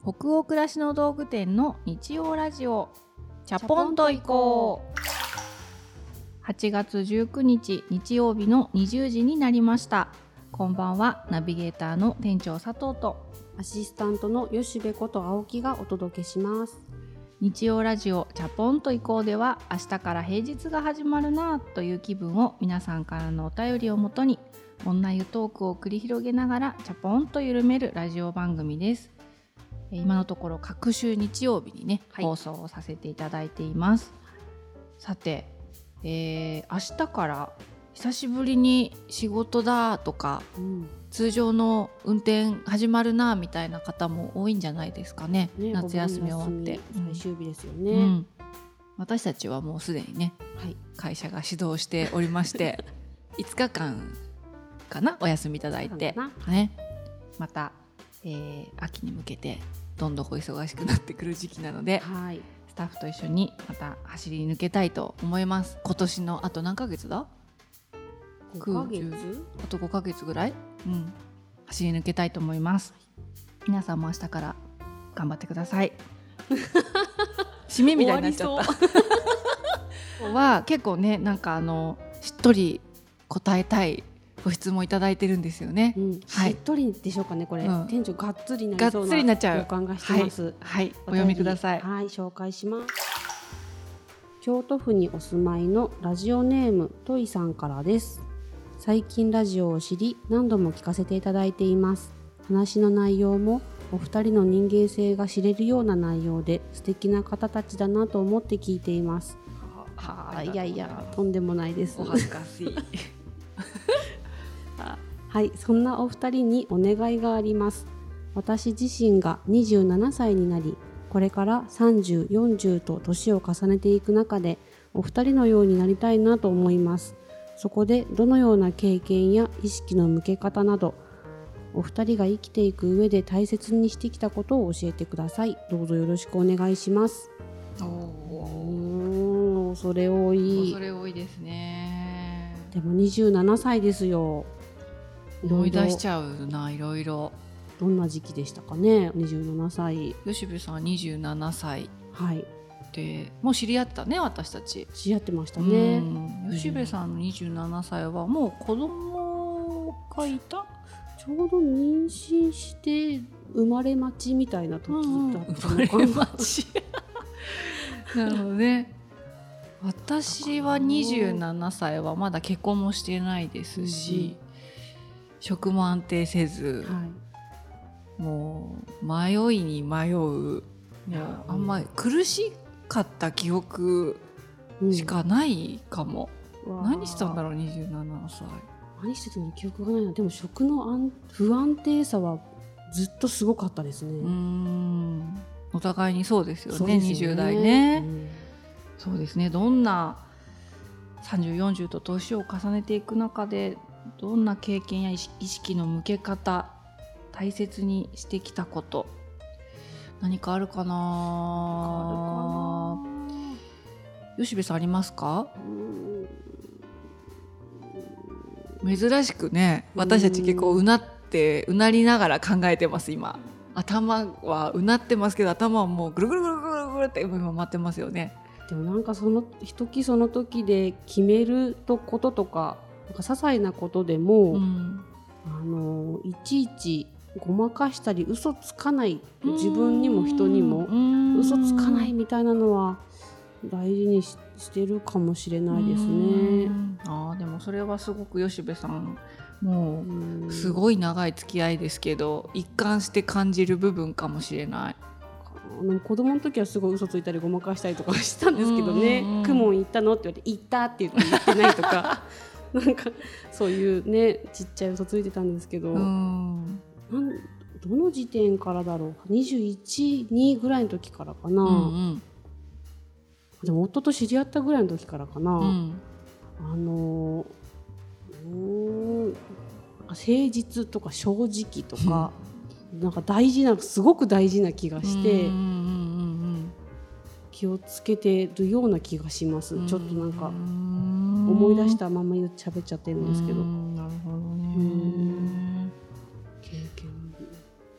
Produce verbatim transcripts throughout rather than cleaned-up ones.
北欧暮らしの道具店の日曜ラジオ、チャポンと行こう。はちがつじゅうくにち日曜日のにじゅうじになりました。こんばんは。ナビゲーターの店長佐藤とアシスタントの吉部こと青木がお届けします。 日曜ラジオチャポンと行こうでは、明日から平日が始まるなという気分を皆さんからのお便りをもとに女湯トークを繰り広げながらチャポンと緩めるラジオ番組です。今のところ各週日曜日にね、はい、放送をさせていただいています。さて、えー、明日から久しぶりに仕事だとか、うん、通常の運転始まるなみたいな方も多いんじゃないですか ね, ね夏休み終わって最終日ですよね、うん、 私たちはもうすでにね、はい、会社が始動しておりましていつかかんかなお休みいただいて、ね、また、えー、秋に向けてどんどん忙しくなってくる時期なので、はい、スタッフと一緒にまた走り抜けたいと思います。今年のあと何ヶ月だごかげつあとごかげつぐらい、うん、走り抜けたいと思います。皆さんも明日から頑張ってください締めみたいになっちゃったは結構ね、なんかあのしっとり答えたいご質問いただいてるんですよね、うんはい、しっとりでしょうかねこれ、うん、店長がっつりなりそうな予感がしてます。 はい、はい、お読みください。 はい、紹介します。京都府にお住まいのラジオネームトイさんからです。最近ラジオを知り何度も聞かせていただいています。話の内容もお二人の人間性が知れるような内容で素敵な方たちだなと思って聞いています。はあ、いやいやとんでもないです。 お恥ずかしいはい、そんなお二人にお願いがあります。私自身がにじゅうななさいになり、これからさんじゅう、よんじゅうと年を重ねていく中でお二人のようになりたいなと思います。そこでどのような経験や意識の向け方などお二人が生きていく上で大切にしてきたことを教えてください。どうぞよろしくお願いします。おー、恐れ多い。 恐れ多いですね。 でもにじゅうななさいですよ。 思い出しちゃうな、いろいろ。 どんな時期でしたかね。にじゅうななさい。 吉部さんにじゅうななさい。 はい。 でもう知り合ったね、私たち知り合ってましたね。 吉部さんのにじゅうななさいはもう子供がいた、 ちょうど妊娠して生まれ待ちみたいな時だったのかな、うん、生まれ待ちなるほどね。私はにじゅうななさいはまだ結婚もしてないですし、うん、職も安定せず、はい、もう迷いに迷う、もうあんまり苦しかった記憶しかないかも、うん、何したんだろうにじゅうななさい。 何してたの記憶がないな。でも食の不安定さはずっとすごかったですね。 うーん、お互いにそうですよ ね, そうですよねにじゅう代ね、うん、そうですね。どんなさんじゅう、よんじゅうと年を重ねていく中でどんな経験や意識の向け方、大切にしてきたこと何かあるかな。あるかな。吉部さんありますか。珍しくね、私たち結構うなってうなりながら考えてます今。頭はうなってますけど頭はもうぐるぐるぐるぐるぐるって今回ってますよね。 でもなんかその時その時で決めることとか、なんか些細なことでも、うん、あのいちいちごまかしたり嘘つかない、自分にも人にも嘘つかないみたいなのは大事に し, してるかもしれないですね。 あ、でもそれはすごく吉部さんもうすごい長い付き合いですけど一貫して感じる部分かもしれない。 子供の時はすごい嘘ついたりごまかしたりとかしたんですけどね、公文行ったのって言われて行ったって言って言ってないとかなんかそういうねちっちゃい嘘ついてたんですけど、うんなんどの時点からだろう、にじゅういち、にぐらいの時からかな、うんうん、でも夫と知り合ったぐらいの時からかな、うん、あのうーん誠実とか正直とか、うん、なんか大事なすごく大事な気がして、うんうんうんうん、気をつけてるような気がします。ちょっとなんか思い出したまま喋っちゃってるんですけど。 うん、なるほどね。うん、 経験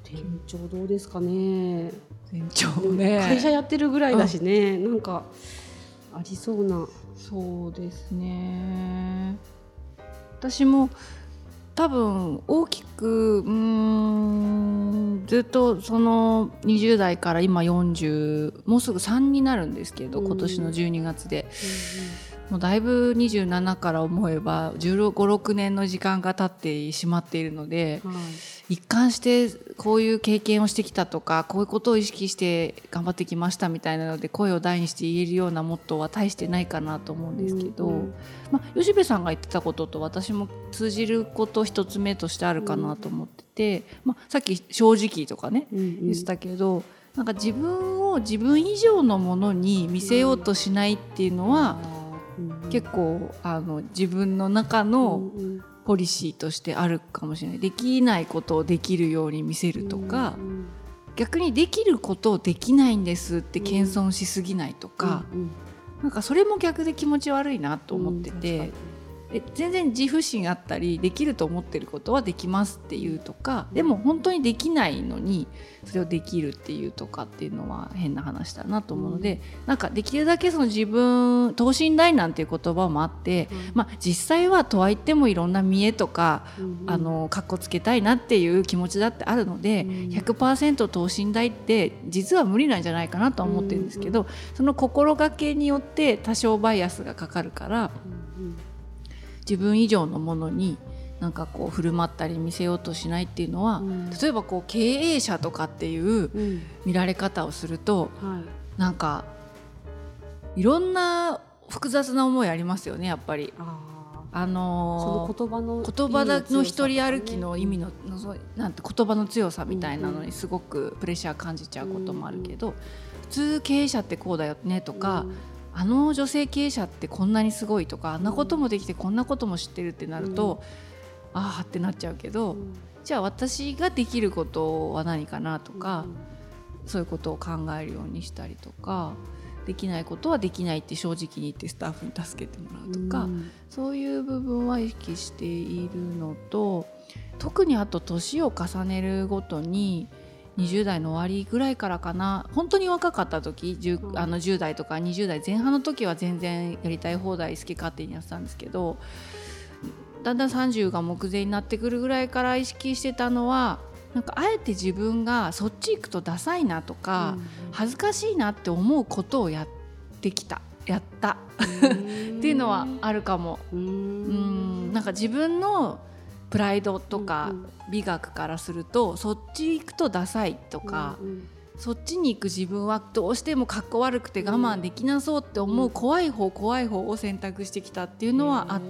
店長どうですかね。 店長ね、 会社やってるぐらいだしね、なんかありそうな。 そうですね。私も多分大きくうーんずっとそのにじゅう代から今よんじゅう、もうすぐさんになるんですけど、今年のじゅうにがつで、うんうん、もうだいぶにじゅうななから思えばじゅうご、ろくねんの時間が経ってしまっているので、はい、一貫してこういう経験をしてきたとか、こういうことを意識して頑張ってきましたみたいなので声を大にして言えるようなモットーは大してないかなと思うんですけど、うんうん、まあ、吉部さんが言ってたことと私も通じること一つ目としてあるかなと思ってて、うん、まあ、さっき正直とかね、うんうん、言ってたけど、なんか自分を自分以上のものに見せようとしないっていうのは、うん、結構あの自分の中のポリシーとしてあるかもしれない。できないことをできるように見せるとか、うんうん、逆にできることをできないんですって謙遜しすぎないとか、うんうん、なんかそれも逆で気持ち悪いなと思ってて、うん、え全然自負心あったりできると思ってることはできますっていうとか、でも本当にできないのにそれをできるっていうとかっていうのは変な話だなと思うので、うん、なんかできるだけその自分等身大なんていう言葉もあって、うん、まあ、実際はとはいってもいろんな見栄とか、うん、あのかっこつけたいなっていう気持ちだってあるので、うん、ひゃくパーセント 等身大って実は無理なんじゃないかなとは思ってるんですけど、うん、その心がけによって多少バイアスがかかるから、うん、自分以上のものになんかこう振る舞ったり見せようとしないっていうのは、うん、例えばこう経営者とかっていう見られ方をすると、うん、はい、なんかいろんな複雑な思いありますよね、やっぱり。あ、あのー、 その言葉の言葉の一人歩きの意味の、うん、なんて言葉の強さみたいなのにすごくプレッシャー感じちゃうこともあるけど、うん、普通経営者ってこうだよねとか、うん、あの女性経営者ってこんなにすごいとか、あんなこともできてこんなことも知ってるってなると、うん、ああってなっちゃうけど、うん、じゃあ私ができることは何かなとか、うん、そういうことを考えるようにしたりとか、できないことはできないって正直に言ってスタッフに助けてもらうとか、うん、そういう部分は意識しているのと、特にあと年を重ねるごとににじゅう代の終わりぐらいからかな、本当に若かった時 10, あのじゅう代とかにじゅう代前半の時は全然やりたい放題好き勝手にやってたんですけど、だんだんさんじゅうが目前になってくるぐらいから意識してたのは、なんかあえて自分がそっち行くとダサいなとか、うん、恥ずかしいなって思うことをやってきたやったっていうのはあるかも。うーん、なんか自分のプライドとか美学からすると、そっち行くとダサいとか、うんうん、そっちに行く自分はどうしてもかっこ悪くて我慢できなそうって思う怖い方怖い方を選択してきたっていうのはあって、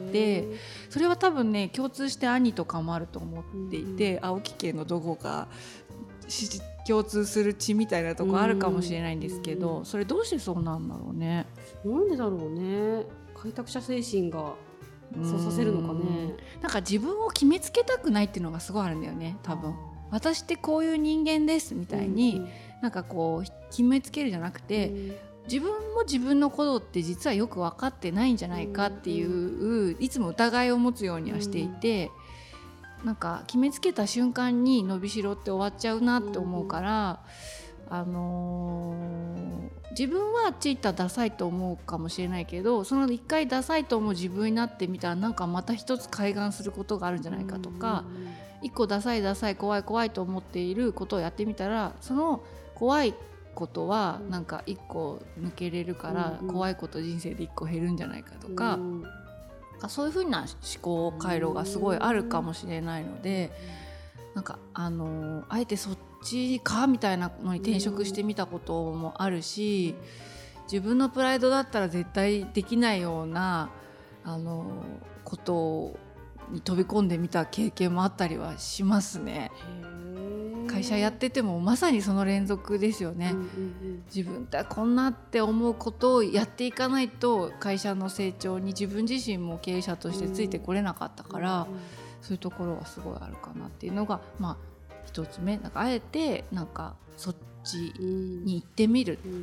それは多分ね共通して兄とかもあると思っていて、青木家のどこか共通する血みたいなとこあるかもしれないんですけど、それどうしてそうなんだろうね。 なんでだろうね。開拓者精神がそうさせるのかね。 なんか自分を決めつけたくないっていうのがすごいあるんだよね、多分。私ってこういう人間ですみたいに、うんうん、なんかこう決めつけるじゃなくて、うん、自分も自分のことって実はよく分かってないんじゃないかっていう、うん、いつも疑いを持つようにはしていて、うん、なんか決めつけた瞬間に伸びしろって終わっちゃうなって思うから、うん、あのー、自分はあっち行ったらダサいと思うかもしれないけど、その一回ダサいと思う自分になってみたら、なんかまた一つ開眼することがあるんじゃないかとか、うん、一個ダサいダサい怖い怖いと思っていることをやってみたら、その怖いことはなんか一個抜けれるから、うん、怖いこと人生で一個減るんじゃないかとか、うん、そういう風な思考回路がすごいあるかもしれないので、なんかあのー、あえてそっちかみたいなのに転職してみたこともあるし、自分のプライドだったら絶対できないようなあのー、ことに飛び込んでみた経験もあったりはしますね。会社やっててもまさにその連続ですよね、うんうんうん、自分ってこんなって思うことをやっていかないと会社の成長に自分自身も経営者としてついてこれなかったから、うんうん、そういうところはすごいあるかなっていうのが、まあ一つ目。なんかあえてなんかそっちに行ってみる、うんうん、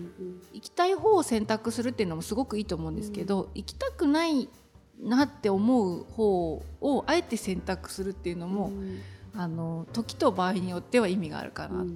行きたい方を選択するっていうのもすごくいいと思うんですけど、うん、行きたくないなって思う方をあえて選択するっていうのも、うん、 あの時と場合によっては意味があるかなうんうんうん、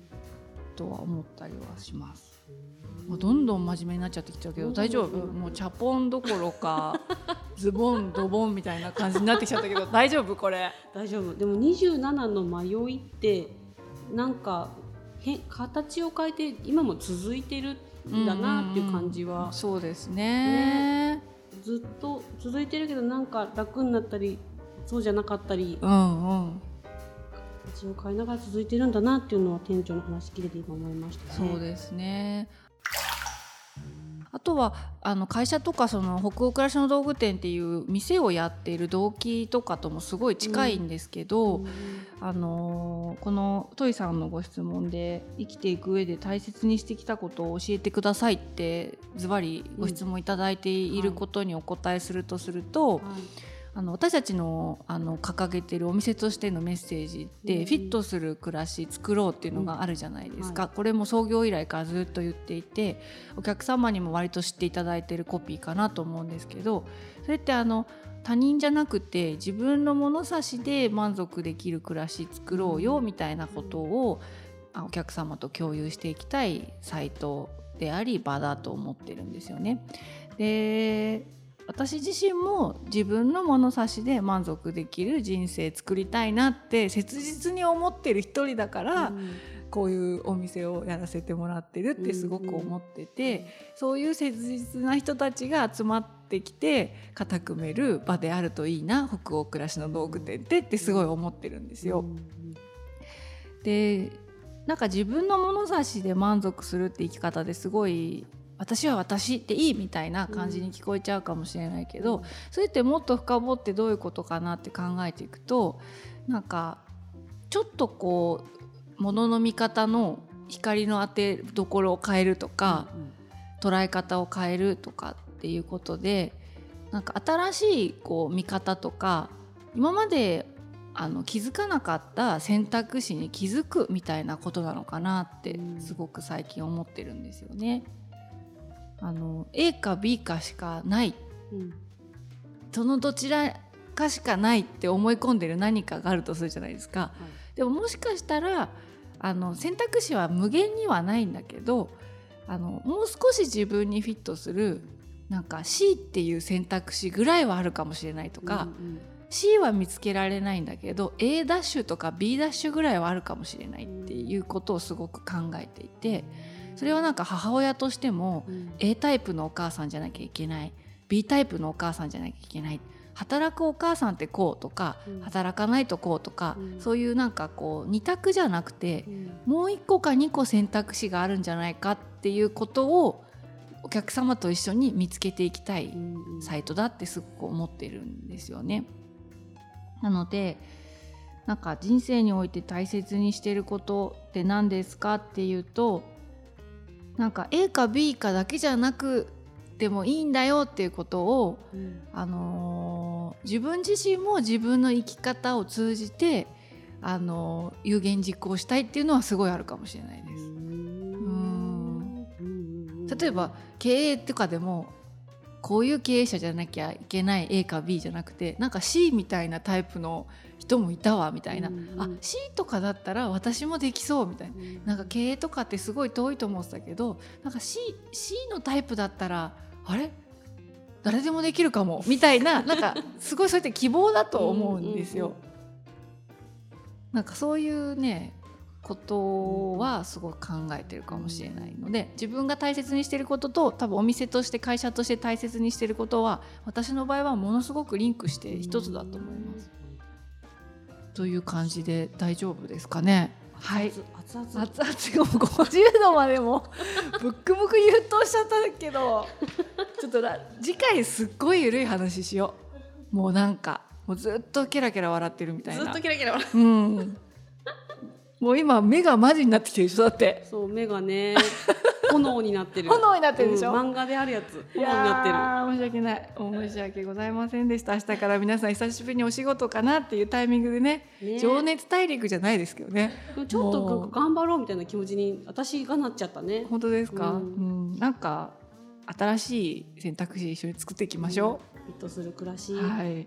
とは思ったりはします。もうどんどん真面目になっちゃってきちゃうけど大丈夫？もうチャポンどころかズボンドボンみたいな感じになってきちゃったけど大丈夫？これ大丈夫。でもにじゅうななの迷いってなんかへ形を変えて今も続いてるんだなっていう感じは、 うんうん、そうです ね, ねずっと続いてるけどなんか楽になったりそうじゃなかったり、 うんうん、 形を変えながら続いてるんだなっていうのは店長の話聞いてて今思いましたね。 そうですね。あとはあの会社とかその北欧暮らしの道具店っていう店をやっている動機とかともすごい近いんですけど、うん、あのこのトイさんのご質問で生きていく上で大切にしてきたことを教えてくださいってズバリご質問いただいていることにお答えするとすると、はいはい、あの私たち の, あの掲げているお店としてのメッセージってフィットする暮らし作ろうっていうのがあるじゃないですか、うんはい、これも創業以来からずっと言っていてお客様にも割と知っていただいているコピーかなと思うんですけど、それってあの他人じゃなくて自分の物差しで満足できる暮らし作ろうよみたいなことをお客様と共有していきたいサイトであり場だと思ってるんですよね。で私自身も自分の物差しで満足できる人生作りたいなって切実に思ってる一人だから、うん、こういうお店をやらせてもらってるってすごく思ってて、うんうん、そういう切実な人たちが集まってきて肩組める場であるといいな北欧暮らしの道具店ってってすごい思ってるんですよ、うんうん、でなんか自分の物差しで満足するって生き方ですごい私は私っていいみたいな感じに聞こえちゃうかもしれないけど、うん、それってもっと深掘ってどういうことかなって考えていくとなんかちょっとこう物の見方の光の当てどころを変えるとか、うんうん、捉え方を変えるとかっていうことでなんか新しいこう見方とか今まであの気づかなかった選択肢に気づくみたいなことなのかなってすごく最近思ってるんですよね。あの A か B かしかない、うん、そのどちらかしかないって思い込んでる何かがあるとするじゃないですか、はい、でももしかしたらあの選択肢は無限にはないんだけどあのもう少し自分にフィットするなんか C っていう選択肢ぐらいはあるかもしれないとか、うんうん、C は見つけられないんだけど A ダッシュとか B ダッシュぐらいはあるかもしれないっていうことをすごく考えていて、それはなんか母親としても A タイプのお母さんじゃなきゃいけない B タイプのお母さんじゃなきゃいけない働くお母さんってこうとか働かないとこうとかそういうなんかこう二択じゃなくてもう一個か二個選択肢があるんじゃないかっていうことをお客様と一緒に見つけていきたいサイトだってすごく思ってるんですよね。なのでなんか人生において大切にしていることって何ですかっていうとなんか A か B かだけじゃなくてもいいんだよっていうことを、うんあのー、自分自身も自分の生き方を通じて、あのー、有言実行したいっていうのはすごいあるかもしれないです。うん例えば経営とかでもこういう経営者じゃなきゃいけない A か B じゃなくてなんか C みたいなタイプの人もいたわみたいな、うんうん、あ C とかだったら私もできそうみたいな、うん、なんか経営とかってすごい遠いと思ってたけどなんか C, C のタイプだったらあれ誰でもできるかもみたいななんかすごいそうやって希望だと思うんですよ、うんうんうん、なんかそういうねことはすごい考えてるかもしれないので自分が大切にしていることと多分お店として会社として大切にしていることは私の場合はものすごくリンクして一つだと思いますという感じで大丈夫ですかね。はい、熱々熱々もごじゅうどまでもブックブク優等しちゃったけどちょっと次回すっごい緩い話しよう。もうなんかもうずっとケラケラ笑ってるみたいなずっとケラケラ笑ってる、うんもう今目がマジになってきてるでしょ。だってそう目がね炎になってる炎になってるでしょ、 うん、漫画であるやつ炎になってる。 申し訳ない申し訳ございませんでした。明日から皆さん久しぶりにお仕事かなっていうタイミングで ね, ね情熱大陸じゃないですけどねちょっと頑張ろうみたいな気持ちに私がなっちゃったね。 本当ですか、うんうん、なんか新しい選択肢一緒に作っていきましょう、 うん、フィットする暮らし、 はい、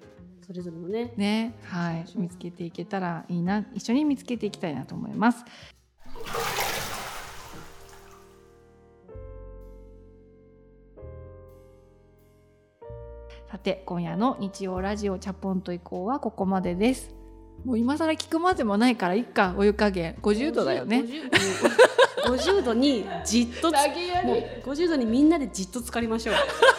それぞれのねね、はい、見つけていけたらいいな、一緒に見つけていきたいなと思います。さて今夜の日曜ラジオチャポンと移行はここまでです。もう今更聞くまでもないからいっか。お湯加減ごじゅうどだよね。 ごじゅうどにじっとつもうごじゅうどにみんなでじっと浸かりましょう。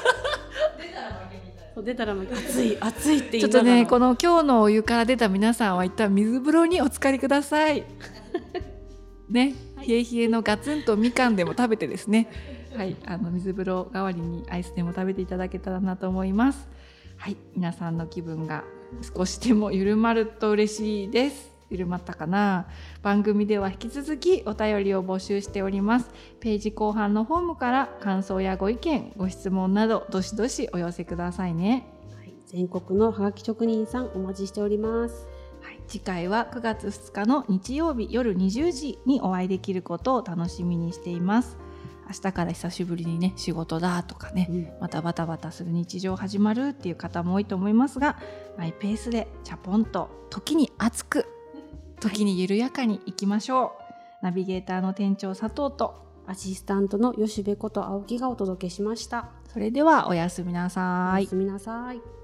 出たら負け、熱い熱いって言いながら、 ちょっとねこの今日のお湯から出た皆さんは一旦水風呂にお浸かりくださいね、はい、冷え冷えのガツンとみかんでも食べてですね、はい、あの水風呂代わりにアイスでも食べていただけたらなと思います。はい、皆さんの気分が少しでも緩まると嬉しいです。緩まったかな。番組では引き続きお便りを募集しております。ページ後半のフォームから感想やご意見ご質問などどしどしお寄せくださいね。 はい、全国のハガキ職人さんお待ちしております。 はい、次回はくがつふつかの日曜日夜にじゅうじにお会いできることを楽しみにしています。明日から久しぶりにね仕事だとかね、うん、またバタバタする日常始まるっていう方も多いと思いますが、マイペースでチャポンと時に熱く時に緩やかにいきましょう。はい、ナビゲーターの店長佐藤とアシスタントの吉部こと青木がお届けしました。 それではおやすみなさい。 おやすみなさい。